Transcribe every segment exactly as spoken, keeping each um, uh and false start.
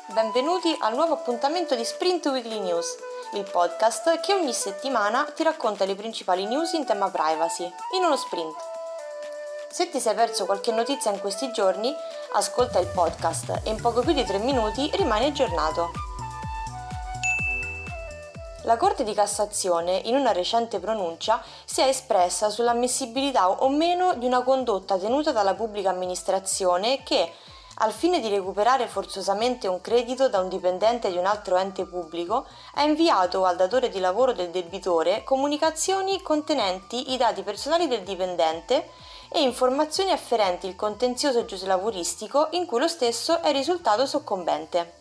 Benvenuti al nuovo appuntamento di Sprint Weekly News, il podcast che ogni settimana ti racconta le principali news in tema privacy, in uno sprint. Se ti sei perso qualche notizia in questi giorni, ascolta il podcast e in poco più di tre minuti rimani aggiornato. La Corte di Cassazione, in una recente pronuncia, si è espressa sull'ammissibilità o meno di una condotta tenuta dalla pubblica amministrazione che, al fine di recuperare forzosamente un credito da un dipendente di un altro ente pubblico, ha inviato al datore di lavoro del debitore comunicazioni contenenti i dati personali del dipendente e informazioni afferenti il contenzioso giuslavoristico in cui lo stesso è risultato soccombente.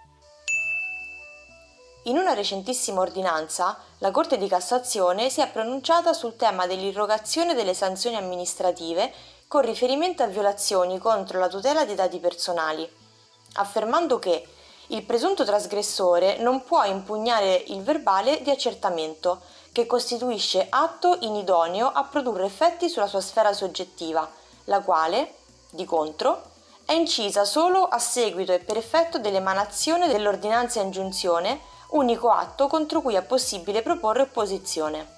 In una recentissima ordinanza, la Corte di Cassazione si è pronunciata sul tema dell'irrogazione delle sanzioni amministrative con riferimento a violazioni contro la tutela dei dati personali, affermando che il presunto trasgressore non può impugnare il verbale di accertamento, che costituisce atto inidoneo a produrre effetti sulla sua sfera soggettiva, la quale, di contro, è incisa solo a seguito e per effetto dell'emanazione dell'ordinanza in giunzione, unico atto contro cui è possibile proporre opposizione.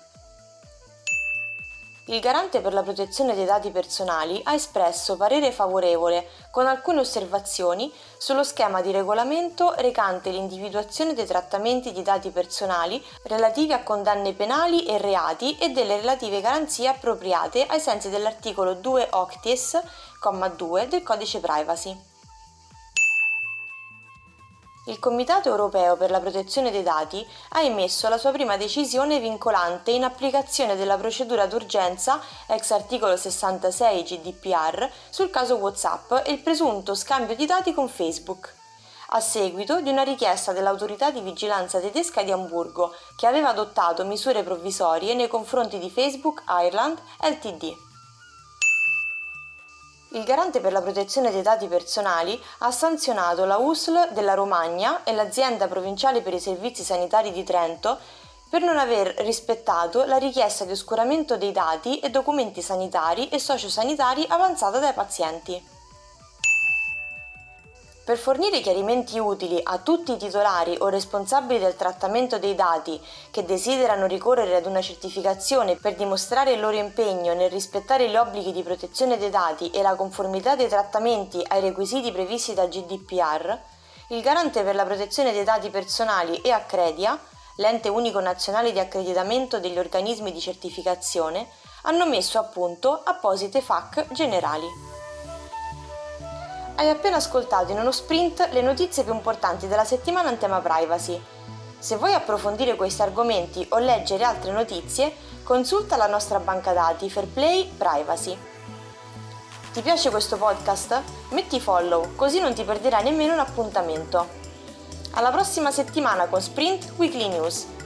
Il Garante per la protezione dei dati personali ha espresso parere favorevole con alcune osservazioni sullo schema di regolamento recante l'individuazione dei trattamenti di dati personali relativi a condanne penali e reati e delle relative garanzie appropriate ai sensi dell'articolo due octies, comma due del Codice Privacy. Il Comitato Europeo per la Protezione dei Dati ha emesso la sua prima decisione vincolante in applicazione della procedura d'urgenza ex articolo sessantasei G D P R sul caso WhatsApp e il presunto scambio di dati con Facebook, a seguito di una richiesta dell'autorità di vigilanza tedesca di Amburgo che aveva adottato misure provvisorie nei confronti di Facebook Ireland Ltd. Il Garante per la protezione dei dati personali ha sanzionato la U S L della Romagna e l'Azienda Provinciale per i Servizi Sanitari di Trento per non aver rispettato la richiesta di oscuramento dei dati e documenti sanitari e sociosanitari avanzata dai pazienti. Per fornire chiarimenti utili a tutti i titolari o responsabili del trattamento dei dati che desiderano ricorrere ad una certificazione per dimostrare il loro impegno nel rispettare gli obblighi di protezione dei dati e la conformità dei trattamenti ai requisiti previsti dal G D P R, il Garante per la protezione dei dati personali e Accredia, l'ente unico nazionale di accreditamento degli organismi di certificazione, hanno messo a punto apposite F A Q generali. Hai appena ascoltato in uno sprint le notizie più importanti della settimana in tema privacy. Se vuoi approfondire questi argomenti o leggere altre notizie, consulta la nostra banca dati Fairplay Privacy. Ti piace questo podcast? Metti follow, così non ti perderai nemmeno un appuntamento. Alla prossima settimana con Sprint Weekly News.